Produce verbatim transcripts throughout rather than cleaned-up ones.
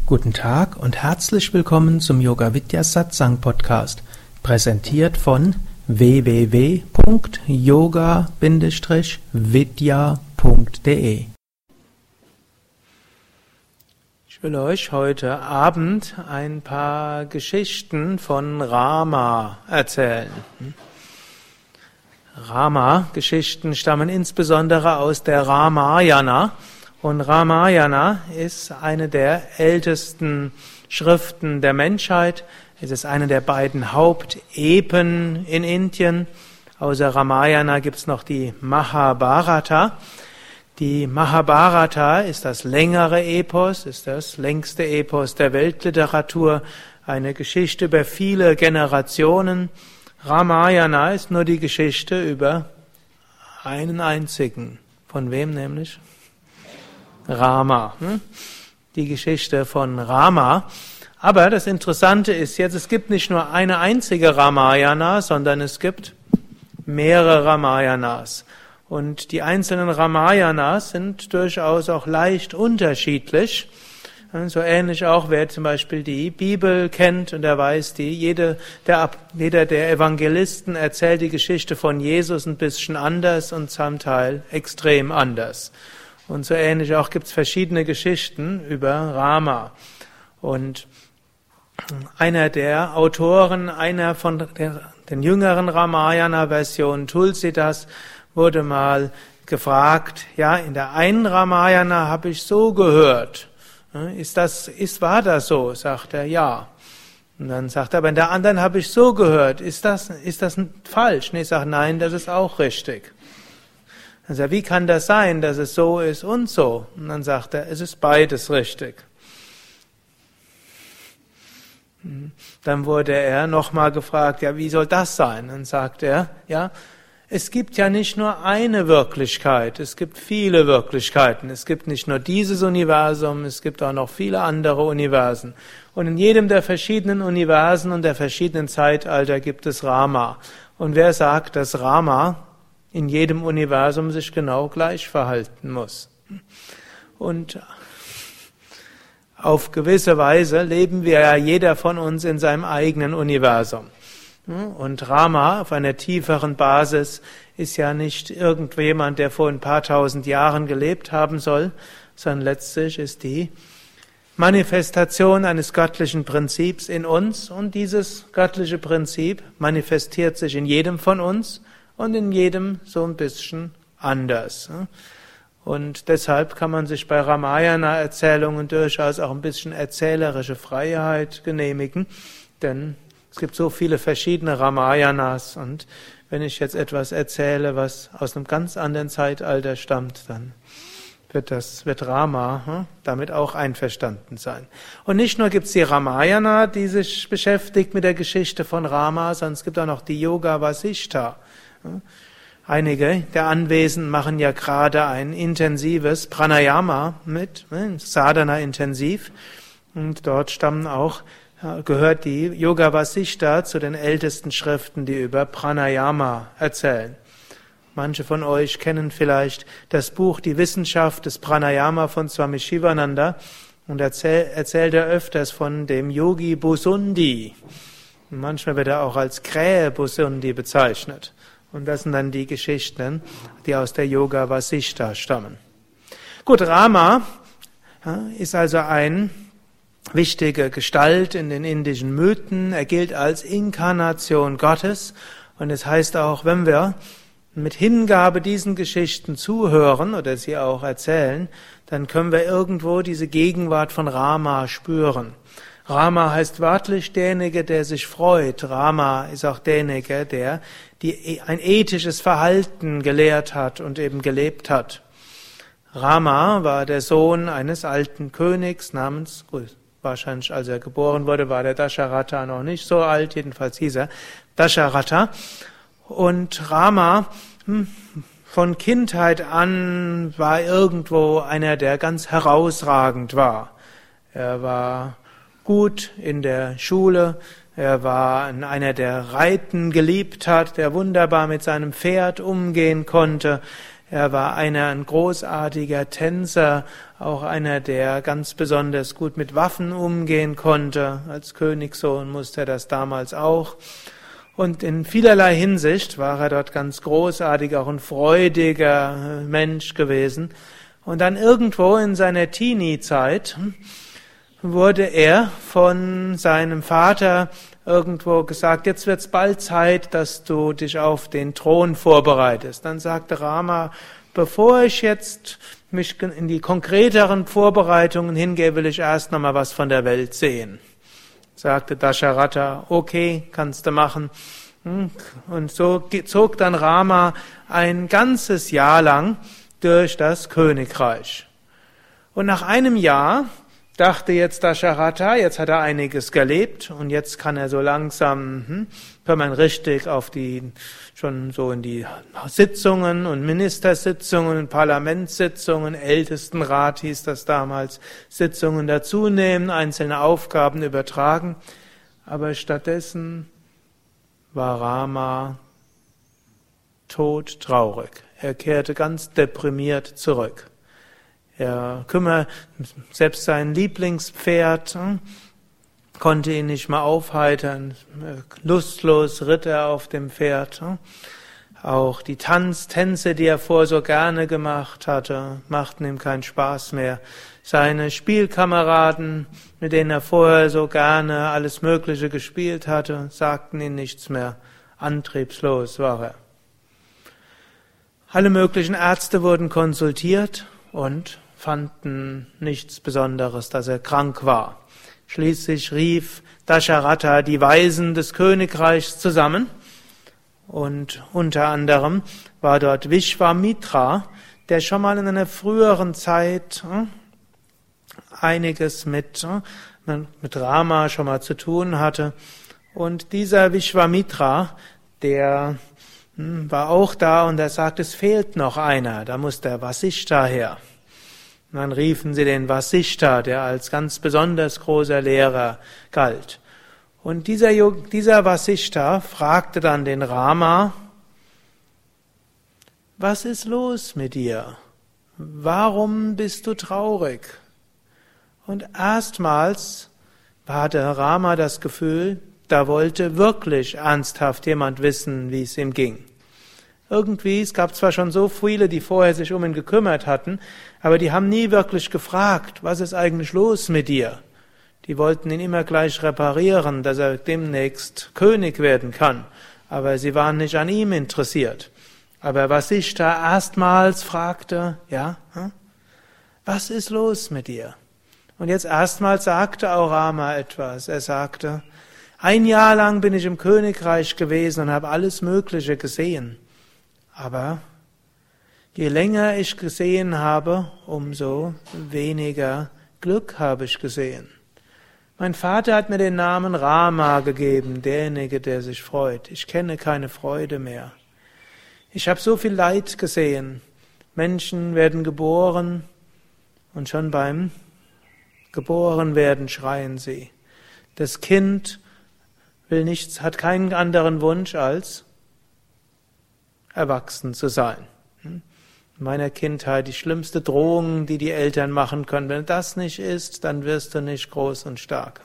Guten Tag und herzlich willkommen zum Yoga Vidya Satsang Podcast, präsentiert von w w w punkt yoga vidya punkt de. Ich will euch heute Abend ein paar Geschichten von Rama erzählen. Rama-Geschichten stammen insbesondere aus der Ramayana. Und Ramayana ist eine der ältesten Schriften der Menschheit. Es ist eine der beiden Hauptepen in Indien. Außer Ramayana gibt es noch die Mahabharata. Die Mahabharata ist das längere Epos, ist das längste Epos der Weltliteratur, eine Geschichte über viele Generationen. Ramayana ist nur die Geschichte über einen einzigen. Von wem nämlich? Rama, die Geschichte von Rama. Aber das Interessante ist jetzt, es gibt nicht nur eine einzige Ramayana, sondern es gibt mehrere Ramayanas. Und die einzelnen Ramayanas sind durchaus auch leicht unterschiedlich. So ähnlich auch, wer zum Beispiel die Bibel kennt und der weiß, die, jede, der, jeder der Evangelisten erzählt die Geschichte von Jesus ein bisschen anders und zum Teil extrem anders. Und so ähnlich auch gibt es verschiedene Geschichten über Rama. Und einer der Autoren, einer von der, den jüngeren Ramayana-Versionen, Tulsidas, wurde mal gefragt, ja, in der einen Ramayana habe ich so gehört. Ist das, ist, war das so? Sagt er, ja. Und dann sagt er, aber in der anderen habe ich so gehört. Ist das, ist das falsch? Nee, ich sage, nein, das ist auch richtig. Also, wie kann das sein, dass es so ist und so? Und dann sagt er, es ist beides richtig. Dann wurde er nochmal gefragt, ja, wie soll das sein? Dann sagt er, ja, es gibt ja nicht nur eine Wirklichkeit, es gibt viele Wirklichkeiten. Es gibt nicht nur dieses Universum, es gibt auch noch viele andere Universen. Und in jedem der verschiedenen Universen und der verschiedenen Zeitalter gibt es Rama. Und wer sagt, dass Rama in jedem Universum sich genau gleich verhalten muss? Und auf gewisse Weise leben wir ja jeder von uns in seinem eigenen Universum. Und Rama auf einer tieferen Basis ist ja nicht irgendjemand, der vor ein paar tausend Jahren gelebt haben soll, sondern letztlich ist die Manifestation eines göttlichen Prinzips in uns, und dieses göttliche Prinzip manifestiert sich in jedem von uns und in jedem so ein bisschen anders. Und deshalb kann man sich bei Ramayana-Erzählungen durchaus auch ein bisschen erzählerische Freiheit genehmigen, denn es gibt so viele verschiedene Ramayanas, und wenn ich jetzt etwas erzähle, was aus einem ganz anderen Zeitalter stammt, dann wird das, wird Rama hm, damit auch einverstanden sein. Und nicht nur gibt es die Ramayana, die sich beschäftigt mit der Geschichte von Rama, sondern es gibt auch noch die Yoga Vasishtha. Einige der Anwesenden machen ja gerade ein intensives Pranayama mit, Sadhana intensiv, und dort stammen auch gehört die Yoga Vasishtha zu den ältesten Schriften, die über Pranayama erzählen. Manche von euch kennen vielleicht das Buch Die Wissenschaft des Pranayama von Swami Shivananda, und erzähl, erzählt er öfters von dem Yogi Bhusundi. Und manchmal wird er auch als Krähe Bhusundi bezeichnet. Und das sind dann die Geschichten, die aus der Yoga Vasishtha stammen. Gut, Rama ja, ist also ein wichtige Gestalt in den indischen Mythen. Er gilt als Inkarnation Gottes. Und es heißt auch, wenn wir mit Hingabe diesen Geschichten zuhören oder sie auch erzählen, dann können wir irgendwo diese Gegenwart von Rama spüren. Rama heißt wörtlich derjenige, der sich freut. Rama ist auch derjenige, der die, ein ethisches Verhalten gelehrt hat und eben gelebt hat. Rama war der Sohn eines alten Königs namens, gut, wahrscheinlich als er geboren wurde, war der Dasharatha noch nicht so alt, jedenfalls hieß er Dasharatha. Und Rama, von Kindheit an, war irgendwo einer, der ganz herausragend war. Er war gut in der Schule, er war einer, der Reiten geliebt hat, der wunderbar mit seinem Pferd umgehen konnte. Er war einer, ein großartiger Tänzer, auch einer, der ganz besonders gut mit Waffen umgehen konnte. Als Königssohn musste er das damals auch. Und in vielerlei Hinsicht war er dort ganz großartig, auch ein freudiger Mensch gewesen. Und dann irgendwo in seiner Teenie-Zeit wurde er von seinem Vater irgendwo gesagt, jetzt wird's bald Zeit, dass du dich auf den Thron vorbereitest. Dann sagte Rama, bevor ich jetzt mich in die konkreteren Vorbereitungen hingehe, will ich erst noch mal was von der Welt sehen. Sagte Dasharatha, okay, kannst du machen. Und so zog dann Rama ein ganzes Jahr lang durch das Königreich. Und nach einem Jahr dachte jetzt Dasharatha, jetzt hat er einiges gelebt und jetzt kann er so langsam, hm, kann man richtig auf die, schon so in die Sitzungen und Ministersitzungen und Parlamentssitzungen, Ältestenrat hieß das damals, Sitzungen dazunehmen, einzelne Aufgaben übertragen. Aber stattdessen war Rama todtraurig. Er kehrte ganz deprimiert zurück. Er kümmert, selbst sein Lieblingspferd hm, konnte ihn nicht mehr aufheitern. Lustlos ritt er auf dem Pferd. Hm. Auch die Tanz, Tänze, die er vorher so gerne gemacht hatte, machten ihm keinen Spaß mehr. Seine Spielkameraden, mit denen er vorher so gerne alles Mögliche gespielt hatte, sagten ihm nichts mehr. Antriebslos war er. Alle möglichen Ärzte wurden konsultiert und fanden nichts Besonderes, dass er krank war. Schließlich rief Dasharatha die Weisen des Königreichs zusammen und unter anderem war dort Vishwamitra, der schon mal in einer früheren Zeit äh, einiges mit, äh, mit Rama schon mal zu tun hatte. Und dieser Vishwamitra, der hm, war auch da und er sagte, es fehlt noch einer, da muss der Vasishtha her. Und dann riefen sie den Vasishtha, der als ganz besonders großer Lehrer galt. Und dieser, dieser Vasishtha fragte dann den Rama, was ist los mit dir? Warum bist du traurig? Und erstmals hatte Rama das Gefühl, da wollte wirklich ernsthaft jemand wissen, wie es ihm ging. Irgendwie, es gab zwar schon so viele, die vorher sich um ihn gekümmert hatten, aber die haben nie wirklich gefragt, was ist eigentlich los mit dir? Die wollten ihn immer gleich reparieren, dass er demnächst König werden kann, aber sie waren nicht an ihm interessiert. Aber Vasishtha erstmals fragte, ja, hm, was ist los mit dir? Und jetzt erstmals sagte auch Rama etwas. Er sagte, ein Jahr lang bin ich im Königreich gewesen und habe alles Mögliche gesehen. Aber je länger ich gesehen habe, umso weniger Glück habe ich gesehen. Mein Vater hat mir den Namen Rama gegeben, derjenige, der sich freut. Ich kenne keine Freude mehr. Ich habe so viel Leid gesehen. Menschen werden geboren und schon beim Geborenwerden schreien sie. Das Kind will nichts, hat keinen anderen Wunsch als erwachsen zu sein. In meiner Kindheit die schlimmste Drohung, die die Eltern machen können. Wenn das nicht ist, dann wirst du nicht groß und stark.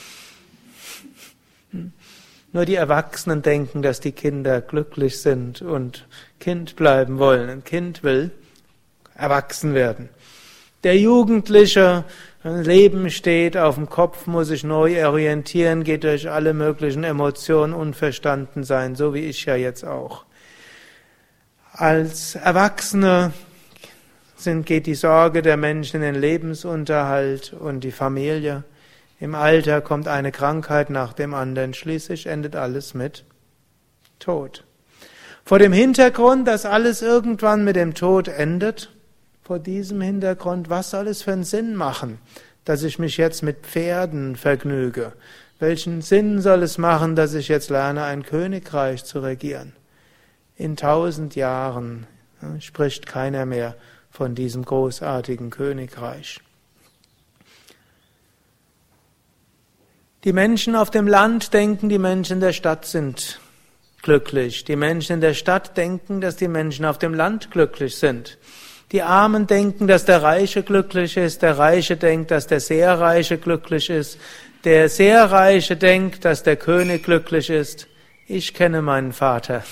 Nur die Erwachsenen denken, dass die Kinder glücklich sind und Kind bleiben wollen. Ein Kind will erwachsen werden. Der Jugendliche, Leben steht auf dem Kopf, muss sich neu orientieren, geht durch alle möglichen Emotionen unverstanden sein, so wie ich ja jetzt auch. Als Erwachsene sind, geht die Sorge der Menschen in den Lebensunterhalt und die Familie. Im Alter kommt eine Krankheit nach dem anderen. Schließlich endet alles mit Tod. Vor dem Hintergrund, dass alles irgendwann mit dem Tod endet, vor diesem Hintergrund, was soll es für einen Sinn machen, dass ich mich jetzt mit Pferden vergnüge? Welchen Sinn soll es machen, dass ich jetzt lerne, ein Königreich zu regieren? In tausend Jahren ja, spricht keiner mehr von diesem großartigen Königreich. Die Menschen auf dem Land denken, die Menschen der Stadt sind glücklich. Die Menschen in der Stadt denken, dass die Menschen auf dem Land glücklich sind. Die Armen denken, dass der Reiche glücklich ist. Der Reiche denkt, dass der sehr Reiche glücklich ist. Der sehr Reiche denkt, dass der König glücklich ist. Ich kenne meinen Vater.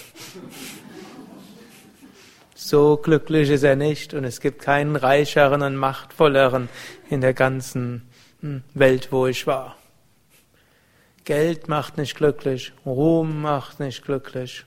So glücklich ist er nicht und es gibt keinen reicheren und machtvolleren in der ganzen Welt, wo ich war. Geld macht nicht glücklich, Ruhm macht nicht glücklich.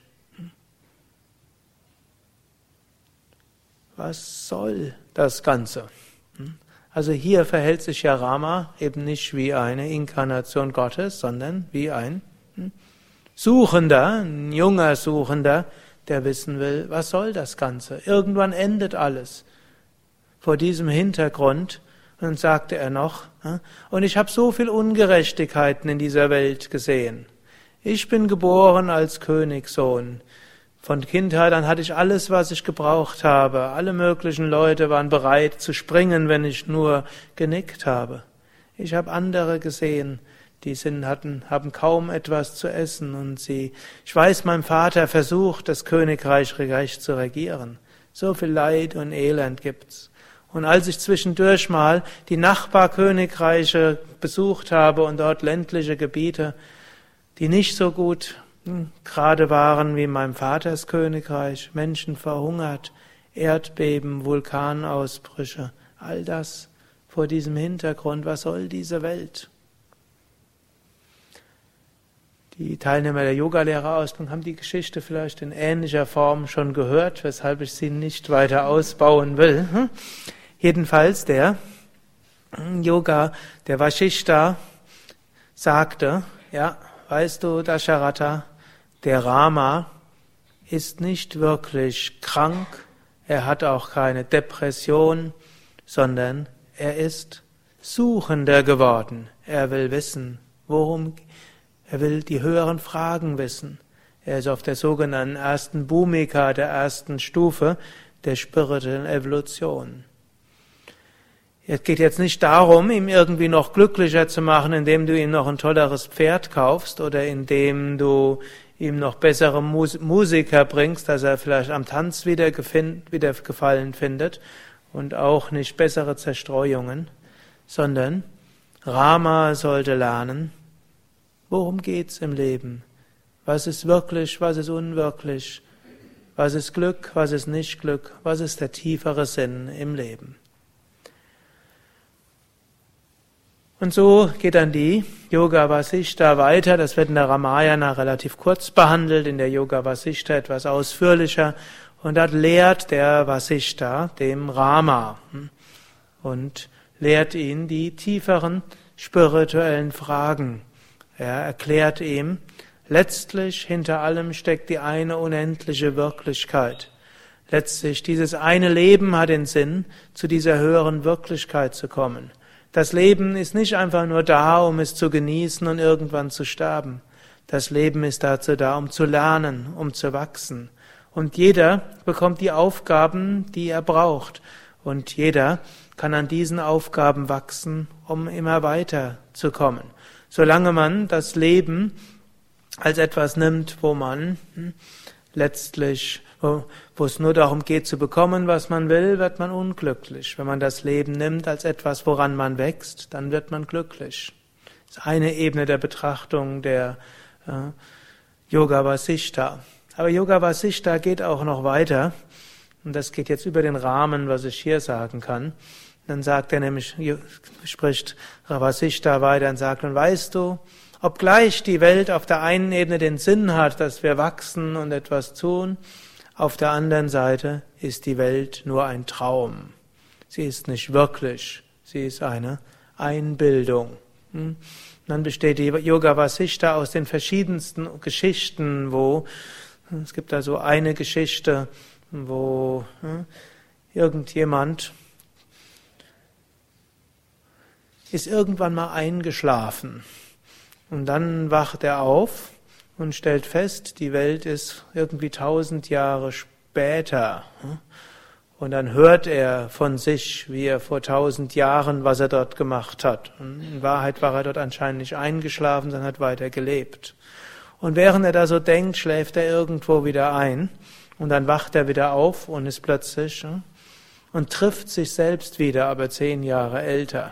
Was soll das Ganze? Also hier verhält sich ja Rama eben nicht wie eine Inkarnation Gottes, sondern wie ein Suchender, ein junger Suchender, der wissen will, was soll das Ganze? Irgendwann endet alles. Vor diesem Hintergrund, und sagte er noch, und ich habe so viel Ungerechtigkeiten in dieser Welt gesehen. Ich bin geboren als Königssohn. Von Kindheit an hatte ich alles, was ich gebraucht habe. Alle möglichen Leute waren bereit zu springen, wenn ich nur genickt habe. Ich habe andere gesehen, die sind, hatten, haben kaum etwas zu essen und sie, ich weiß, mein Vater versucht, das Königreich recht zu regieren. So viel Leid und Elend gibt's. Und als ich zwischendurch mal die Nachbarkönigreiche besucht habe und dort ländliche Gebiete, die nicht so gut hm, gerade waren wie in meinem Vaters Königreich, Menschen verhungert, Erdbeben, Vulkanausbrüche, all das vor diesem Hintergrund, was soll diese Welt? Die Teilnehmer der Yogalehrerausbildung haben die Geschichte vielleicht in ähnlicher Form schon gehört, weshalb ich sie nicht weiter ausbauen will. Jedenfalls der Yoga, der Vasishtha, sagte, ja, weißt du, Dasharatha, der Rama ist nicht wirklich krank, er hat auch keine Depression, sondern er ist Suchender geworden. Er will wissen, worum Er will die höheren Fragen wissen. Er ist auf der sogenannten ersten Bhumika, der ersten Stufe der spirituellen Evolution. Es geht jetzt nicht darum, ihm irgendwie noch glücklicher zu machen, indem du ihm noch ein tolleres Pferd kaufst oder indem du ihm noch bessere Mus- Musiker bringst, dass er vielleicht am Tanz wieder, gefind, wieder Gefallen findet und auch nicht bessere Zerstreuungen, sondern Rama sollte lernen, worum geht's im Leben? Was ist wirklich, was ist unwirklich? Was ist Glück, was ist nicht Glück? Was ist der tiefere Sinn im Leben? Und so geht dann die Yoga Vasishtha weiter. Das wird in der Ramayana relativ kurz behandelt, in der Yoga Vasishtha etwas ausführlicher. Und dort lehrt der Vasishtha dem Rama und lehrt ihn die tieferen spirituellen Fragen. Er erklärt ihm, letztlich hinter allem steckt die eine unendliche Wirklichkeit. Letztlich, dieses eine Leben hat den Sinn, zu dieser höheren Wirklichkeit zu kommen. Das Leben ist nicht einfach nur da, um es zu genießen und irgendwann zu sterben. Das Leben ist dazu da, um zu lernen, um zu wachsen. Und jeder bekommt die Aufgaben, die er braucht. Und jeder kann an diesen Aufgaben wachsen, um immer weiter zu kommen. Solange man das Leben als etwas nimmt, wo man hm, letztlich, wo, wo es nur darum geht zu bekommen, was man will, wird man unglücklich. Wenn man das Leben nimmt als etwas, woran man wächst, dann wird man glücklich. Das ist eine Ebene der Betrachtung der äh, Yoga Vasishtha. Aber Yoga Vasishtha geht auch noch weiter. Und das geht jetzt über den Rahmen, was ich hier sagen kann. Dann sagt er nämlich, spricht Vasishtha weiter und sagt, und weißt du, obgleich die Welt auf der einen Ebene den Sinn hat, dass wir wachsen und etwas tun, auf der anderen Seite ist die Welt nur ein Traum. Sie ist nicht wirklich, sie ist eine Einbildung. Dann besteht die Yoga Vasishtha aus den verschiedensten Geschichten, wo, es gibt da so eine Geschichte, wo irgendjemand ist irgendwann mal eingeschlafen. Und dann wacht er auf und stellt fest, die Welt ist irgendwie tausend Jahre später. Und dann hört er von sich, wie er vor tausend Jahren, was er dort gemacht hat. Und in Wahrheit war er dort anscheinend nicht eingeschlafen, sondern hat weiter gelebt. Und während er da so denkt, schläft er irgendwo wieder ein. Und dann wacht er wieder auf und ist plötzlich und trifft sich selbst wieder, aber zehn Jahre älter.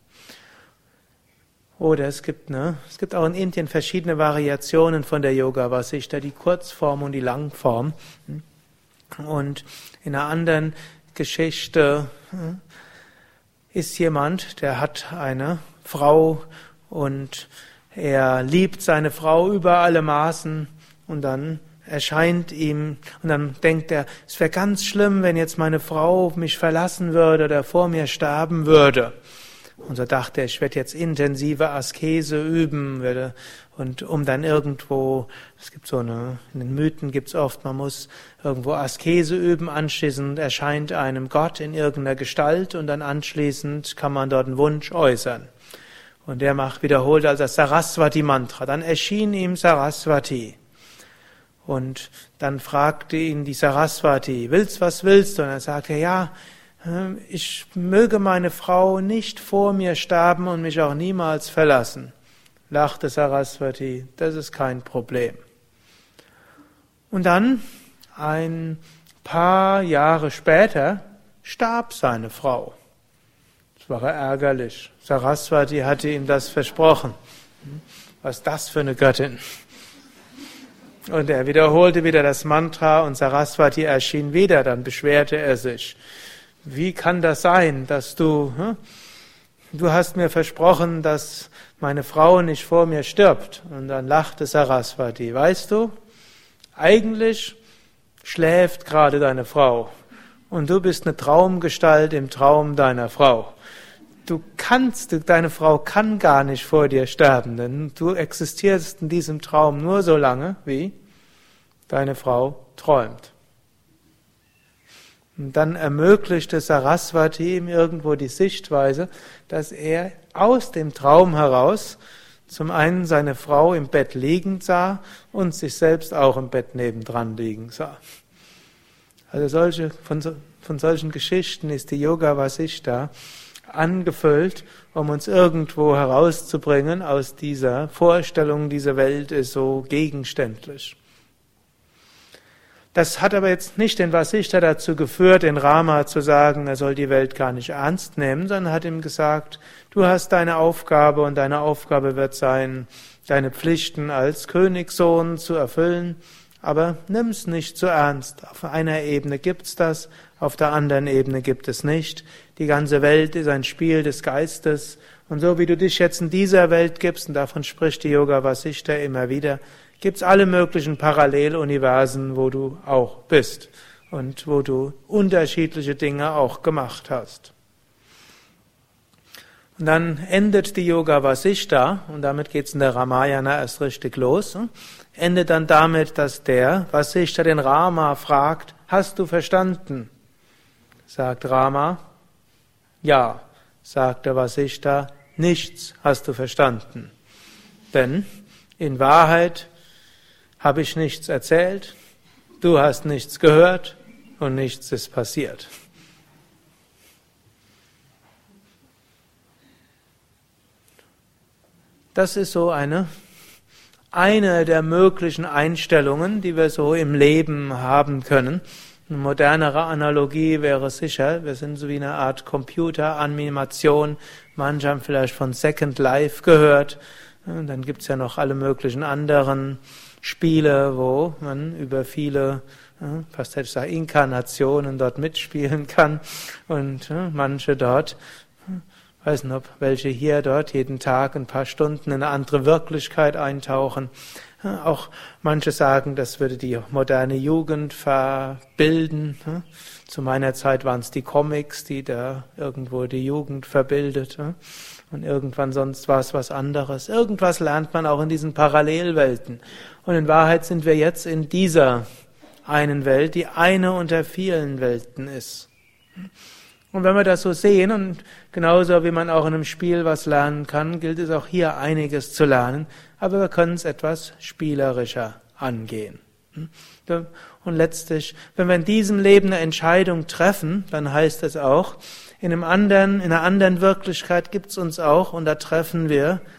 Oder es gibt, ne, es gibt auch in Indien verschiedene Variationen von der Yoga Vasishta, die Kurzform und die Langform. Und in einer anderen Geschichte ist jemand, der hat eine Frau und er liebt seine Frau über alle Maßen und dann erscheint ihm und dann denkt er, es wäre ganz schlimm, wenn jetzt meine Frau mich verlassen würde oder vor mir sterben würde. Und so dachte er, ich werde jetzt intensive Askese üben, werde, und um dann irgendwo, es gibt so eine, in den Mythen gibt es oft, man muss irgendwo Askese üben, anschließend erscheint einem Gott in irgendeiner Gestalt und dann anschließend kann man dort einen Wunsch äußern. Und der macht, wiederholt also das Saraswati-Mantra. Dann erschien ihm Saraswati. Und dann fragte ihn die Saraswati, willst, was willst du? Und er sagte, ja, ich möge meine Frau nicht vor mir sterben und mich auch niemals verlassen. Lachte Saraswati, das ist kein Problem. Und dann, ein paar Jahre später, starb seine Frau. Das war ärgerlich. Saraswati hatte ihm das versprochen. Was ist das für eine Göttin? Und er wiederholte wieder das Mantra und Saraswati erschien wieder, dann beschwerte er sich. Wie kann das sein, dass du, hm? du hast mir versprochen, dass meine Frau nicht vor mir stirbt. Und dann lachte Saraswati. Weißt du, eigentlich schläft gerade deine Frau und du bist eine Traumgestalt im Traum deiner Frau. Du kannst, deine Frau kann gar nicht vor dir sterben, denn du existierst in diesem Traum nur so lange, wie deine Frau träumt. Und dann ermöglichte Saraswati ihm irgendwo die Sichtweise, dass er aus dem Traum heraus zum einen seine Frau im Bett liegend sah und sich selbst auch im Bett nebendran liegen sah. Also solche, von, von solchen Geschichten ist die Yoga Vasishta angefüllt, um uns irgendwo herauszubringen aus dieser Vorstellung, diese Welt ist so gegenständlich. Das hat aber jetzt nicht den Vasishta dazu geführt, den Rama zu sagen, er soll die Welt gar nicht ernst nehmen, sondern hat ihm gesagt, du hast deine Aufgabe und deine Aufgabe wird sein, deine Pflichten als Königssohn zu erfüllen, aber nimm's nicht zu ernst. Auf einer Ebene gibt's das, auf der anderen Ebene gibt es nicht. Die ganze Welt ist ein Spiel des Geistes und so wie du dich jetzt in dieser Welt gibst, und davon spricht die Yoga Vasishta immer wieder, gibt's alle möglichen Paralleluniversen, wo du auch bist und wo du unterschiedliche Dinge auch gemacht hast. Und dann endet die Yoga Vasishta, und damit geht's in der Ramayana erst richtig los, endet dann damit, dass der Vasishta den Rama fragt, hast du verstanden? Sagt Rama, ja. Sagt der Vasishta, nichts hast du verstanden. Denn in Wahrheit habe ich nichts erzählt, du hast nichts gehört und nichts ist passiert. Das ist so eine, eine der möglichen Einstellungen, die wir so im Leben haben können. Eine modernere Analogie wäre sicher, wir sind so wie eine Art Computeranimation. Manche haben vielleicht von Second Life gehört. Und dann gibt's ja noch alle möglichen anderen Spiele, wo man über viele, fast hätte ich gesagt, Inkarnationen dort mitspielen kann und manche dort, weiß nicht, ob welche hier dort jeden Tag ein paar Stunden in eine andere Wirklichkeit eintauchen. Auch manche sagen, das würde die moderne Jugend verbilden. Zu meiner Zeit waren es die Comics, die da irgendwo die Jugend verbildet. Und irgendwann sonst war es was anderes. Irgendwas lernt man auch in diesen Parallelwelten. Und in Wahrheit sind wir jetzt in dieser einen Welt, die eine unter vielen Welten ist. Und wenn wir das so sehen, und genauso wie man auch in einem Spiel was lernen kann, gilt es auch hier einiges zu lernen, aber wir können es etwas spielerischer angehen. Und letztlich, wenn wir in diesem Leben eine Entscheidung treffen, dann heißt es auch, in einem anderen, in einer anderen Wirklichkeit gibt es uns auch, und da treffen wir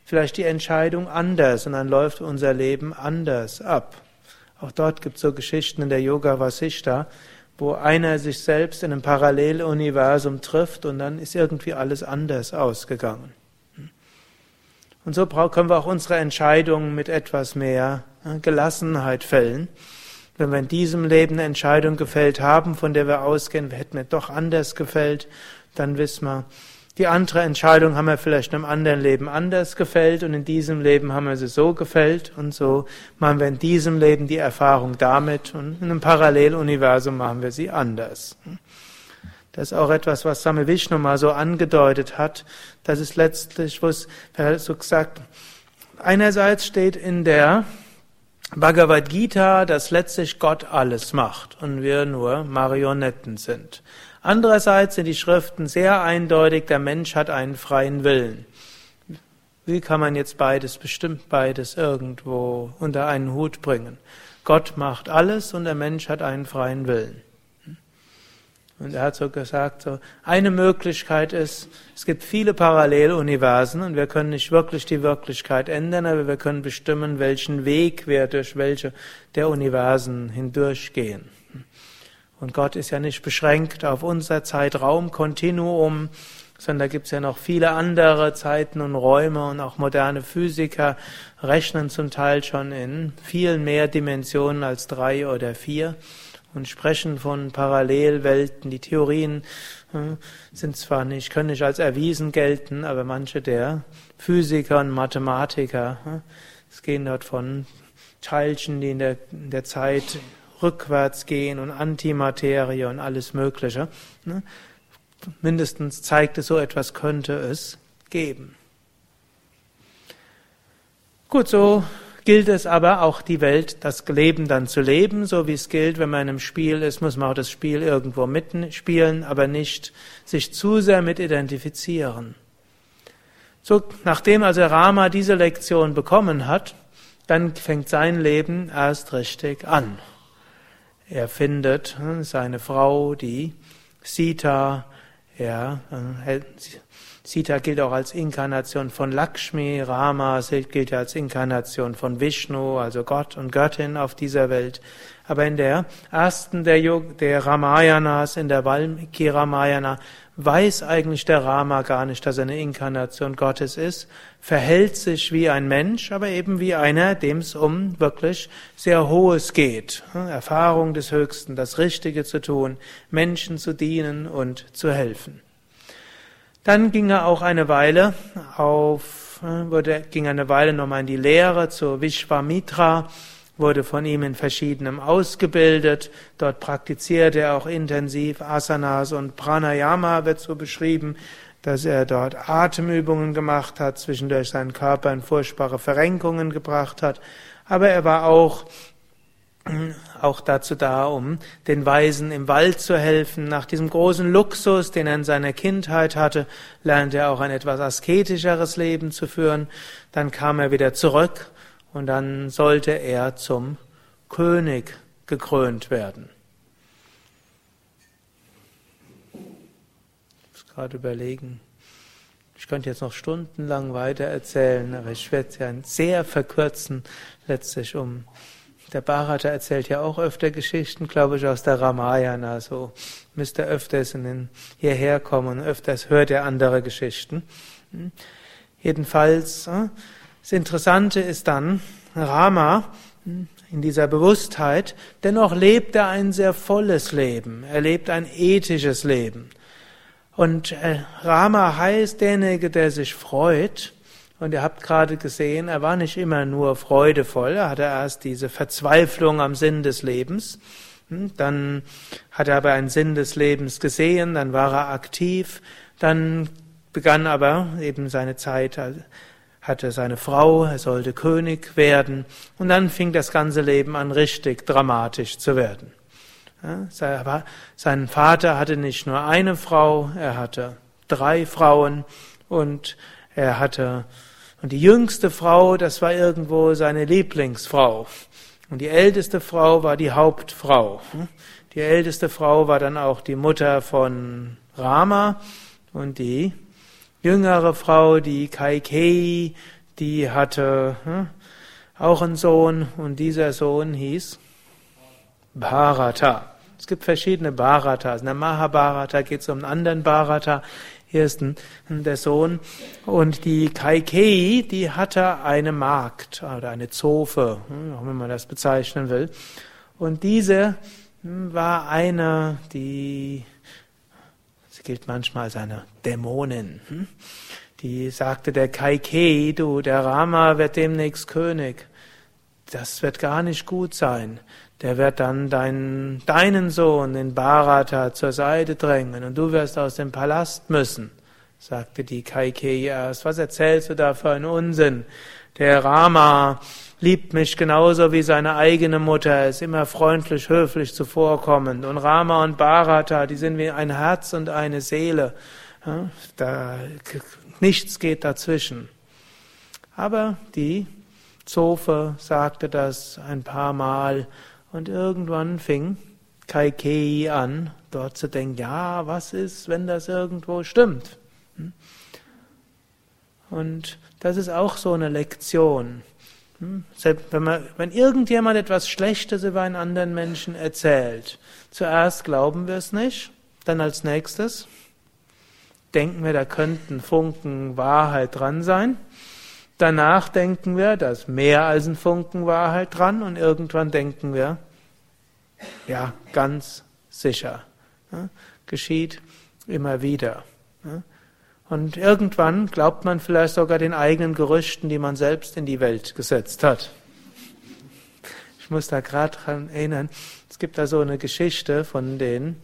vielleicht die Entscheidung anders und dann läuft unser Leben anders ab. Auch dort gibt es so Geschichten in der Yoga Vasishta, wo einer sich selbst in einem Paralleluniversum trifft und dann ist irgendwie alles anders ausgegangen. Und so können wir auch unsere Entscheidungen mit etwas mehr Gelassenheit fällen. Wenn wir in diesem Leben eine Entscheidung gefällt haben, von der wir ausgehen, wir hätten mir doch anders gefällt, dann wissen wir, die andere Entscheidung haben wir vielleicht in einem anderen Leben anders gefällt und in diesem Leben haben wir sie so gefällt und so machen wir in diesem Leben die Erfahrung damit und in einem Paralleluniversum machen wir sie anders. Das ist auch etwas, was Same Vishnu mal so angedeutet hat. Das ist letztlich, wo es so gesagt, einerseits steht in der Bhagavad Gita, dass letztlich Gott alles macht und wir nur Marionetten sind. Andererseits sind die Schriften sehr eindeutig, der Mensch hat einen freien Willen. Wie kann man jetzt beides, bestimmt beides irgendwo unter einen Hut bringen? Gott macht alles und der Mensch hat einen freien Willen. Und er hat so gesagt, so, eine Möglichkeit ist, es gibt viele Paralleluniversen und wir können nicht wirklich die Wirklichkeit ändern, aber wir können bestimmen, welchen Weg wir durch welche der Universen hindurchgehen. Und Gott ist ja nicht beschränkt auf unser Zeitraumkontinuum, sondern da gibt es ja noch viele andere Zeiten und Räume und auch moderne Physiker rechnen zum Teil schon in viel mehr Dimensionen als drei oder vier und sprechen von Parallelwelten. Die Theorien äh, sind zwar nicht, können nicht als erwiesen gelten, aber manche der Physiker und Mathematiker, äh, es gehen dort von Teilchen, die in der, in der Zeit rückwärts gehen und Antimaterie und alles Mögliche. Ne? Mindestens zeigt es, so etwas könnte es geben. Gut, so gilt es aber auch die Welt, das Leben dann zu leben, so wie es gilt, wenn man in einem Spiel ist, muss man auch das Spiel irgendwo mitspielen, aber nicht sich zu sehr mit identifizieren. So, nachdem also Rama diese Lektion bekommen hat, dann fängt sein Leben erst richtig an. Er findet seine Frau, die Sita, ja, Sita gilt auch als Inkarnation von Lakshmi, Rama gilt ja als Inkarnation von Vishnu, also Gott und Göttin auf dieser Welt. Aber in der ersten der, Yog- der Ramayanas, in der Valmiki Ramayana, weiß eigentlich der Rama gar nicht, dass er eine Inkarnation Gottes ist, verhält sich wie ein Mensch, aber eben wie einer, dem es um wirklich sehr Hohes geht. Erfahrung des Höchsten, das Richtige zu tun, Menschen zu dienen und zu helfen. Dann ging er auch eine Weile auf, wurde, ging eine Weile nochmal in die Lehre zu Vishwamitra, wurde von ihm in verschiedenem ausgebildet. Dort praktizierte er auch intensiv Asanas und Pranayama, wird so beschrieben, dass er dort Atemübungen gemacht hat, zwischendurch seinen Körper in furchtbare Verrenkungen gebracht hat. Aber er war auch auch dazu da, um den Weisen im Wald zu helfen. Nach diesem großen Luxus, den er in seiner Kindheit hatte, lernte er auch ein etwas asketischeres Leben zu führen. Dann kam er wieder zurück und dann sollte er zum König gekrönt werden. Ich muss gerade überlegen. Ich könnte jetzt noch stundenlang weiter erzählen, aber ich werde es ja sehr verkürzen, letztlich um. Der Bharata erzählt ja auch öfter Geschichten, glaube ich, aus der Ramayana. So müsste öfters in den, hierher kommen und öfters hört er andere Geschichten. Jedenfalls, das Interessante ist dann, Rama in dieser Bewusstheit, dennoch lebt er ein sehr volles Leben. Er lebt ein ethisches Leben. Und Rama heißt derjenige, der sich freut. Und ihr habt gerade gesehen, er war nicht immer nur freudevoll, er hatte erst diese Verzweiflung am Sinn des Lebens, dann hat er aber einen Sinn des Lebens gesehen, dann war er aktiv, dann begann aber eben seine Zeit, hatte seine Frau, er sollte König werden und dann fing das ganze Leben an, richtig dramatisch zu werden. Sein Vater hatte nicht nur eine Frau, er hatte drei Frauen und er hatte, und die jüngste Frau, das war irgendwo seine Lieblingsfrau. Und die älteste Frau war die Hauptfrau. Die älteste Frau war dann auch die Mutter von Rama. Und die jüngere Frau, die Kaikeyi, die hatte hm, auch einen Sohn und dieser Sohn hieß Bharata. Es gibt verschiedene Bharatas. In der Mahabharata geht es um einen anderen Bharata. Hier ist ein, der Sohn. Und die Kaikeyi, die hatte eine Magd oder eine Zofe, auch wenn man das bezeichnen will. Und diese war eine, die, sie gilt manchmal als eine Dämonin. Die sagte der Kaikeyi, du, der Rama wird demnächst König. Das wird gar nicht gut sein. Der wird dann deinen, deinen Sohn, den Bharata, zur Seite drängen und du wirst aus dem Palast müssen, sagte die Kaikeyi erst. Was erzählst du da für einen Unsinn? Der Rama liebt mich genauso wie seine eigene Mutter, er ist immer freundlich, höflich zuvorkommend. Und Rama und Bharata, die sind wie ein Herz und eine Seele. Ja, da, nichts geht dazwischen. Aber die Zofe sagte das ein paar Mal. Und irgendwann fing Kaikeyi an, dort zu denken, ja, was ist, wenn das irgendwo stimmt? Und das ist auch so eine Lektion. Selbst wenn, man, wenn irgendjemand etwas Schlechtes über einen anderen Menschen erzählt, zuerst glauben wir es nicht, dann als nächstes denken wir, da könnten Funken Wahrheit dran sein. Danach denken wir, da ist mehr als ein Funken Wahrheit dran und irgendwann denken wir, ja, ganz sicher. Ja, geschieht immer wieder. Ja, und irgendwann glaubt man vielleicht sogar den eigenen Gerüchten, die man selbst in die Welt gesetzt hat. Ich muss da gerade dran erinnern, es gibt da so eine Geschichte von den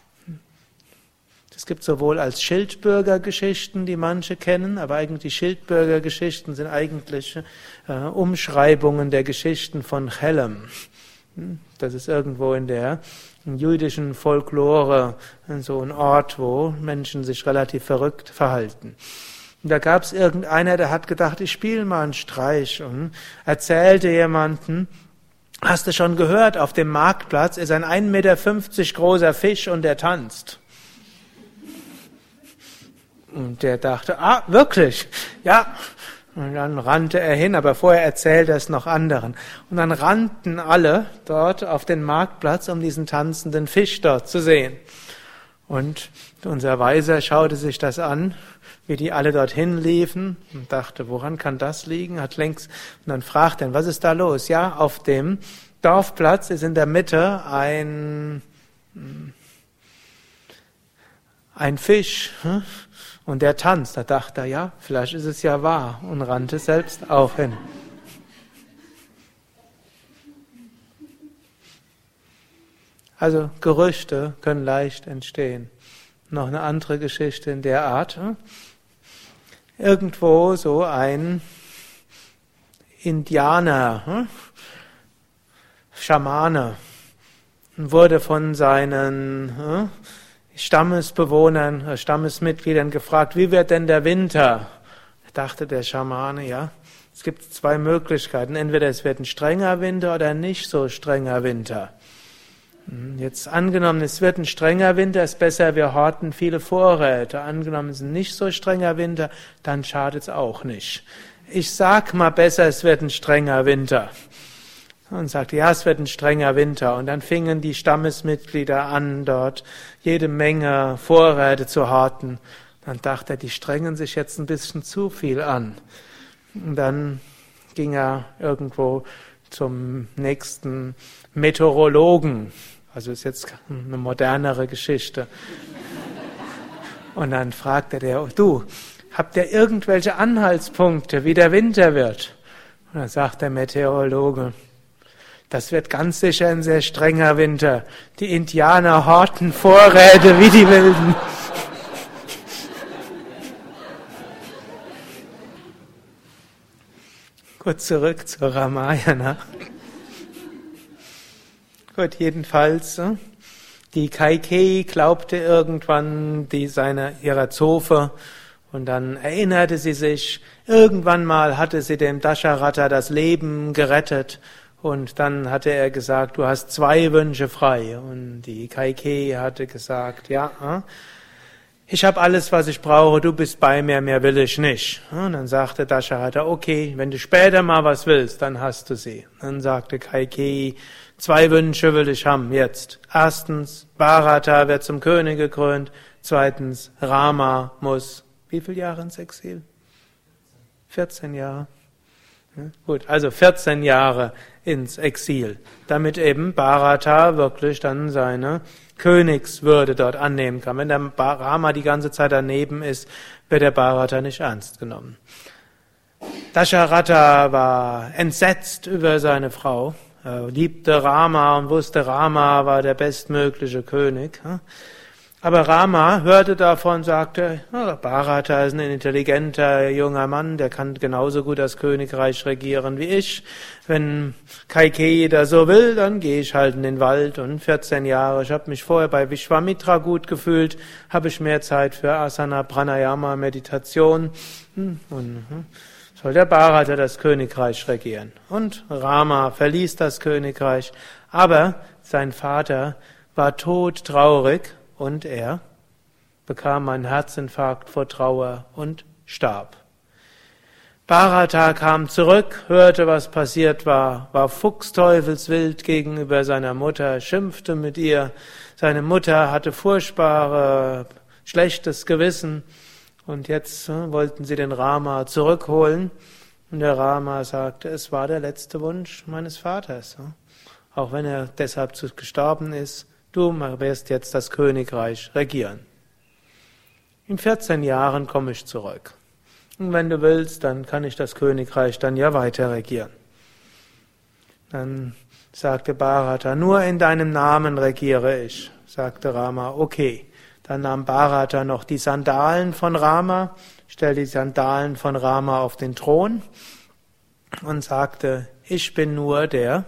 Es gibt sowohl als Schildbürgergeschichten, die manche kennen, aber eigentlich die Schildbürgergeschichten sind eigentlich äh, Umschreibungen der Geschichten von Chelem. Das ist irgendwo in der jüdischen Folklore so ein Ort, wo Menschen sich relativ verrückt verhalten. Und da gab es irgendeiner, der hat gedacht, ich spiele mal einen Streich und erzählte jemanden, hast du schon gehört, auf dem Marktplatz ist ein ein Meter fünfzig großer Fisch und der tanzt. Und der dachte, ah, wirklich? Ja. Und dann rannte er hin, aber vorher erzählte er es noch anderen. Und dann rannten alle dort auf den Marktplatz, um diesen tanzenden Fisch dort zu sehen. Und unser Weiser schaute sich das an, wie die alle dorthin liefen und dachte, woran kann das liegen? Hat längst, und dann fragte er, was ist da los? Ja, auf dem Dorfplatz ist in der Mitte ein, ein Fisch, und der tanzt. Da dachte er, ja, vielleicht ist es ja wahr, und rannte selbst auch hin. Also Gerüchte können leicht entstehen. Noch eine andere Geschichte in der Art. Irgendwo so ein Indianer, Schamane, wurde von seinen Stammesbewohnern, Stammesmitgliedern gefragt, wie wird denn der Winter? Da dachte der Schamane, ja, es gibt zwei Möglichkeiten. Entweder es wird ein strenger Winter oder ein nicht so strenger Winter. Jetzt angenommen, es wird ein strenger Winter, ist besser, wir horten viele Vorräte. Angenommen, es ist ein nicht so strenger Winter, dann schadet es auch nicht. Ich sag mal besser, es wird ein strenger Winter. Und sagte, ja, es wird ein strenger Winter. Und dann fingen die Stammesmitglieder an, dort jede Menge Vorräte zu horten. Dann dachte er, die strengen sich jetzt ein bisschen zu viel an. Und dann ging er irgendwo zum nächsten Meteorologen. Also ist jetzt eine modernere Geschichte. Und dann fragte der, du, habt ihr irgendwelche Anhaltspunkte, wie der Winter wird? Und dann sagt der Meteorologe, das wird ganz sicher ein sehr strenger Winter. Die Indianer horten Vorräte wie die Wilden. Gut, zurück zur Ramayana. Gut, jedenfalls, die Kaikeyi glaubte irgendwann die seiner, ihrer Zofe und dann erinnerte sie sich, irgendwann mal hatte sie dem Dasharatha das Leben gerettet. Und dann hatte er gesagt, du hast zwei Wünsche frei. Und die Kaikeyi hatte gesagt, ja, ich habe alles, was ich brauche, du bist bei mir, mehr will ich nicht. Und dann sagte Dasharatha, okay, wenn du später mal was willst, dann hast du sie. Dann sagte Kaikeyi, zwei Wünsche will ich haben jetzt. Erstens, Bharata wird zum König gekrönt. Zweitens, Rama muss, wie viele Jahre ins Exil? vierzehn Jahre. Ja, gut, also vierzehn Jahre ins Exil, damit eben Bharata wirklich dann seine Königswürde dort annehmen kann. Wenn der Rama die ganze Zeit daneben ist, wird der Bharata nicht ernst genommen. Dasharatha war entsetzt über seine Frau. Er liebte Rama und wusste, Rama war der bestmögliche König. Aber Rama hörte davon und sagte, oh, Bharata ist ein intelligenter junger Mann, der kann genauso gut das Königreich regieren wie ich. Wenn Kaikeyi da so will, dann gehe ich halt in den Wald und vierzehn Jahre. Ich habe mich vorher bei Vishwamitra gut gefühlt, habe ich mehr Zeit für Asana, Pranayama, Meditation und soll der Bharata das Königreich regieren. Und Rama verließ das Königreich, aber sein Vater war todtraurig. Und er bekam einen Herzinfarkt vor Trauer und starb. Bharata kam zurück, hörte, was passiert war, war fuchsteufelswild gegenüber seiner Mutter, schimpfte mit ihr. Seine Mutter hatte furchtbare, schlechtes Gewissen. Und jetzt äh, wollten sie den Rama zurückholen. Und der Rama sagte, es war der letzte Wunsch meines Vaters. Äh. Auch wenn er deshalb gestorben ist. Du wirst jetzt das Königreich regieren. In vierzehn Jahren komme ich zurück. Und wenn du willst, dann kann ich das Königreich dann ja weiter regieren. Dann sagte Bharata, nur in deinem Namen regiere ich. Sagte Rama, okay. Dann nahm Bharata noch die Sandalen von Rama, stellte die Sandalen von Rama auf den Thron und sagte, ich bin nur der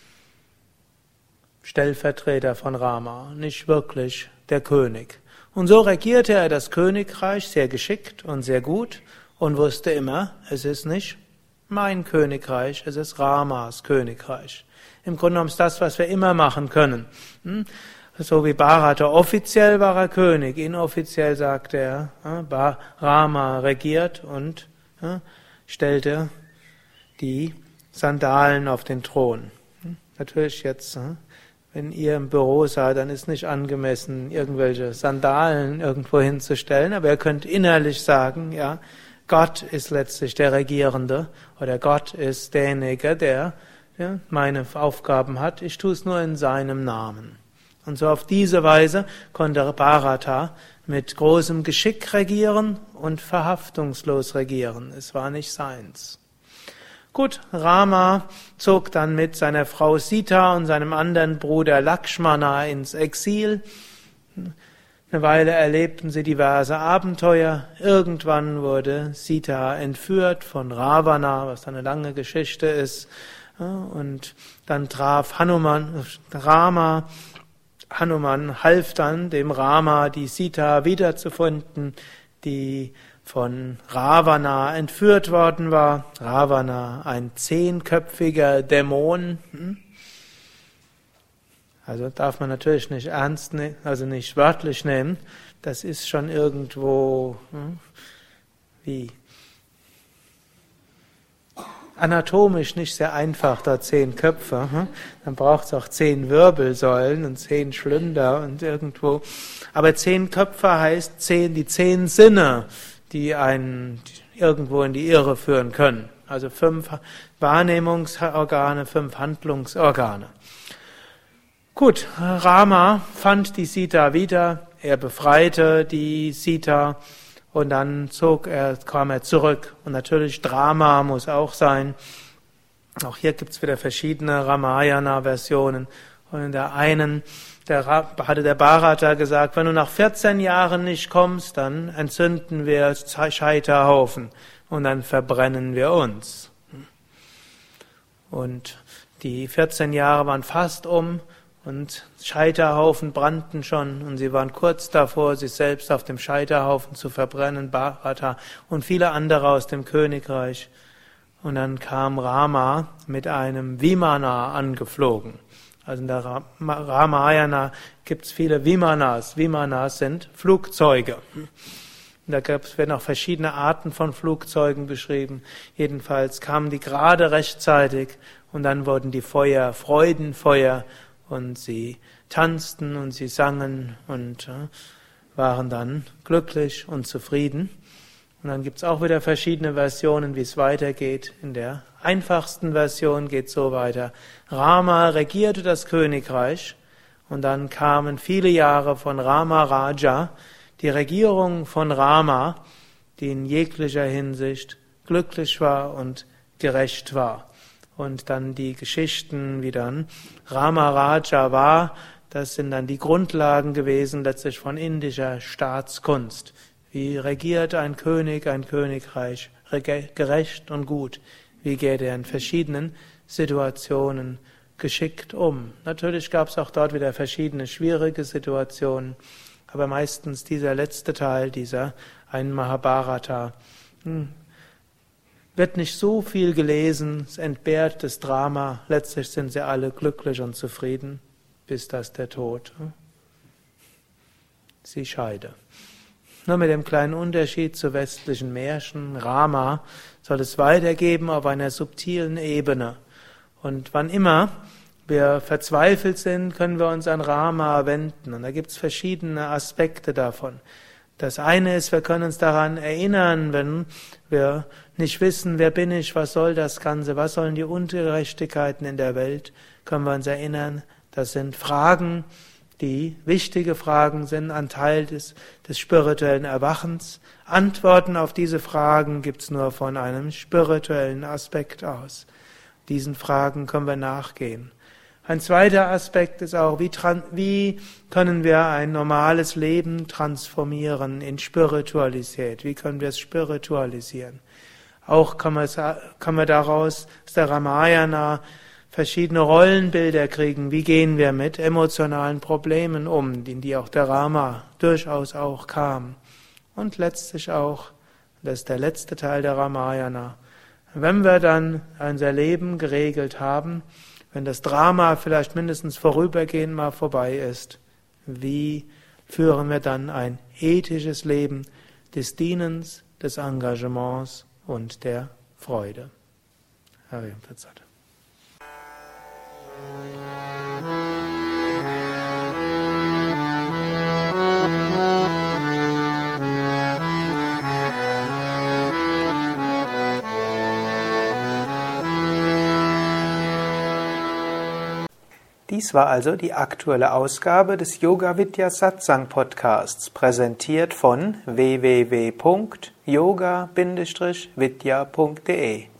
Stellvertreter von Rama, nicht wirklich der König. Und so regierte er das Königreich sehr geschickt und sehr gut und wusste immer, es ist nicht mein Königreich, es ist Ramas Königreich. Im Grunde genommen ist das, was wir immer machen können. So wie Bharata, offiziell war er König, inoffiziell sagte er, Rama regiert und stellte die Sandalen auf den Thron. Natürlich jetzt, wenn ihr im Büro seid, dann ist nicht angemessen, irgendwelche Sandalen irgendwo hinzustellen, aber ihr könnt innerlich sagen, ja, Gott ist letztlich der Regierende oder Gott ist derjenige, der ja, meine Aufgaben hat. Ich tue es nur in seinem Namen. Und so auf diese Weise konnte Bharata mit großem Geschick regieren und verhaftungslos regieren. Es war nicht seins. Gut, Rama zog dann mit seiner Frau Sita und seinem anderen Bruder Lakshmana ins Exil. Eine Weile erlebten sie diverse Abenteuer. Irgendwann wurde Sita entführt von Ravana, was eine lange Geschichte ist. Und dann traf Hanuman, Rama. Hanuman half dann dem Rama, die Sita wiederzufinden, die von Ravana entführt worden war. Ravana, ein zehnköpfiger Dämon. Also darf man natürlich nicht ernst nehmen, also nicht wörtlich nehmen. Das ist schon irgendwo wie anatomisch nicht sehr einfach, da zehn Köpfe. Dann braucht es auch zehn Wirbelsäulen und zehn Schlünder und irgendwo. Aber zehn Köpfe heißt zehn, die zehn Sinne, die einen irgendwo in die Irre führen können. Also fünf Wahrnehmungsorgane, fünf Handlungsorgane. Gut, Rama fand die Sita wieder, er befreite die Sita und dann zog er, kam er zurück. Und natürlich Drama muss auch sein. Auch hier gibt's wieder verschiedene Ramayana-Versionen. Und in der einen der, hatte der Bharata gesagt, wenn du nach vierzehn Jahren nicht kommst, dann entzünden wir Scheiterhaufen und dann verbrennen wir uns. Und die vierzehn Jahre waren fast um und Scheiterhaufen brannten schon und sie waren kurz davor, sich selbst auf dem Scheiterhaufen zu verbrennen, Bharata und viele andere aus dem Königreich. Und dann kam Rama mit einem Vimana angeflogen. Also in der Ramayana gibt es viele Vimanas. Vimanas sind Flugzeuge. Da werden auch verschiedene Arten von Flugzeugen beschrieben. Jedenfalls kamen die gerade rechtzeitig und dann wurden die Feuer Freudenfeuer und sie tanzten und sie sangen und äh, waren dann glücklich und zufrieden. Und dann gibt es auch wieder verschiedene Versionen, wie es weitergeht. In der einfachsten Version geht es so weiter. Rama regierte das Königreich und dann kamen viele Jahre von Rama Raja, die Regierung von Rama, die in jeglicher Hinsicht glücklich war und gerecht war. Und dann die Geschichten, wie dann Rama Raja war, das sind dann die Grundlagen gewesen letztlich von indischer Staatskunst. Wie regiert ein König ein Königreich gerecht und gut? Wie geht er in verschiedenen Situationen geschickt um? Natürlich gab es auch dort wieder verschiedene schwierige Situationen, aber meistens dieser letzte Teil, dieser ein Mahabharata, hm, wird nicht so viel gelesen, es entbehrt das Drama, letztlich sind sie alle glücklich und zufrieden, bis das der Tod hm, sie scheide. Nur mit dem kleinen Unterschied zu westlichen Märchen, Rama soll es weitergeben auf einer subtilen Ebene. Und wann immer wir verzweifelt sind, können wir uns an Rama wenden. Und da gibt es verschiedene Aspekte davon. Das eine ist, wir können uns daran erinnern, wenn wir nicht wissen, wer bin ich, was soll das Ganze, was sollen die Ungerechtigkeiten in der Welt, können wir uns erinnern, das sind Fragen, die wichtige Fragen sind, ein Teil des, des spirituellen Erwachens. Antworten auf diese Fragen gibt es nur von einem spirituellen Aspekt aus. Diesen Fragen können wir nachgehen. Ein zweiter Aspekt ist auch, wie, wie können wir ein normales Leben transformieren in Spiritualität? Wie können wir es spiritualisieren? Auch kann man, kann man daraus aus der Ramayana verschiedene Rollenbilder kriegen. Wie gehen wir mit emotionalen Problemen um, in die auch der Rama durchaus auch kam? Und letztlich auch, das ist der letzte Teil der Ramayana, wenn wir dann unser Leben geregelt haben, wenn das Drama vielleicht mindestens vorübergehend mal vorbei ist, wie führen wir dann ein ethisches Leben des Dienens, des Engagements und der Freude? Harium Tat Sat. Dies war also die aktuelle Ausgabe des Yoga Vidya Satsang Podcasts, präsentiert von w w w punkt yoga Bindestrich vidya punkt de.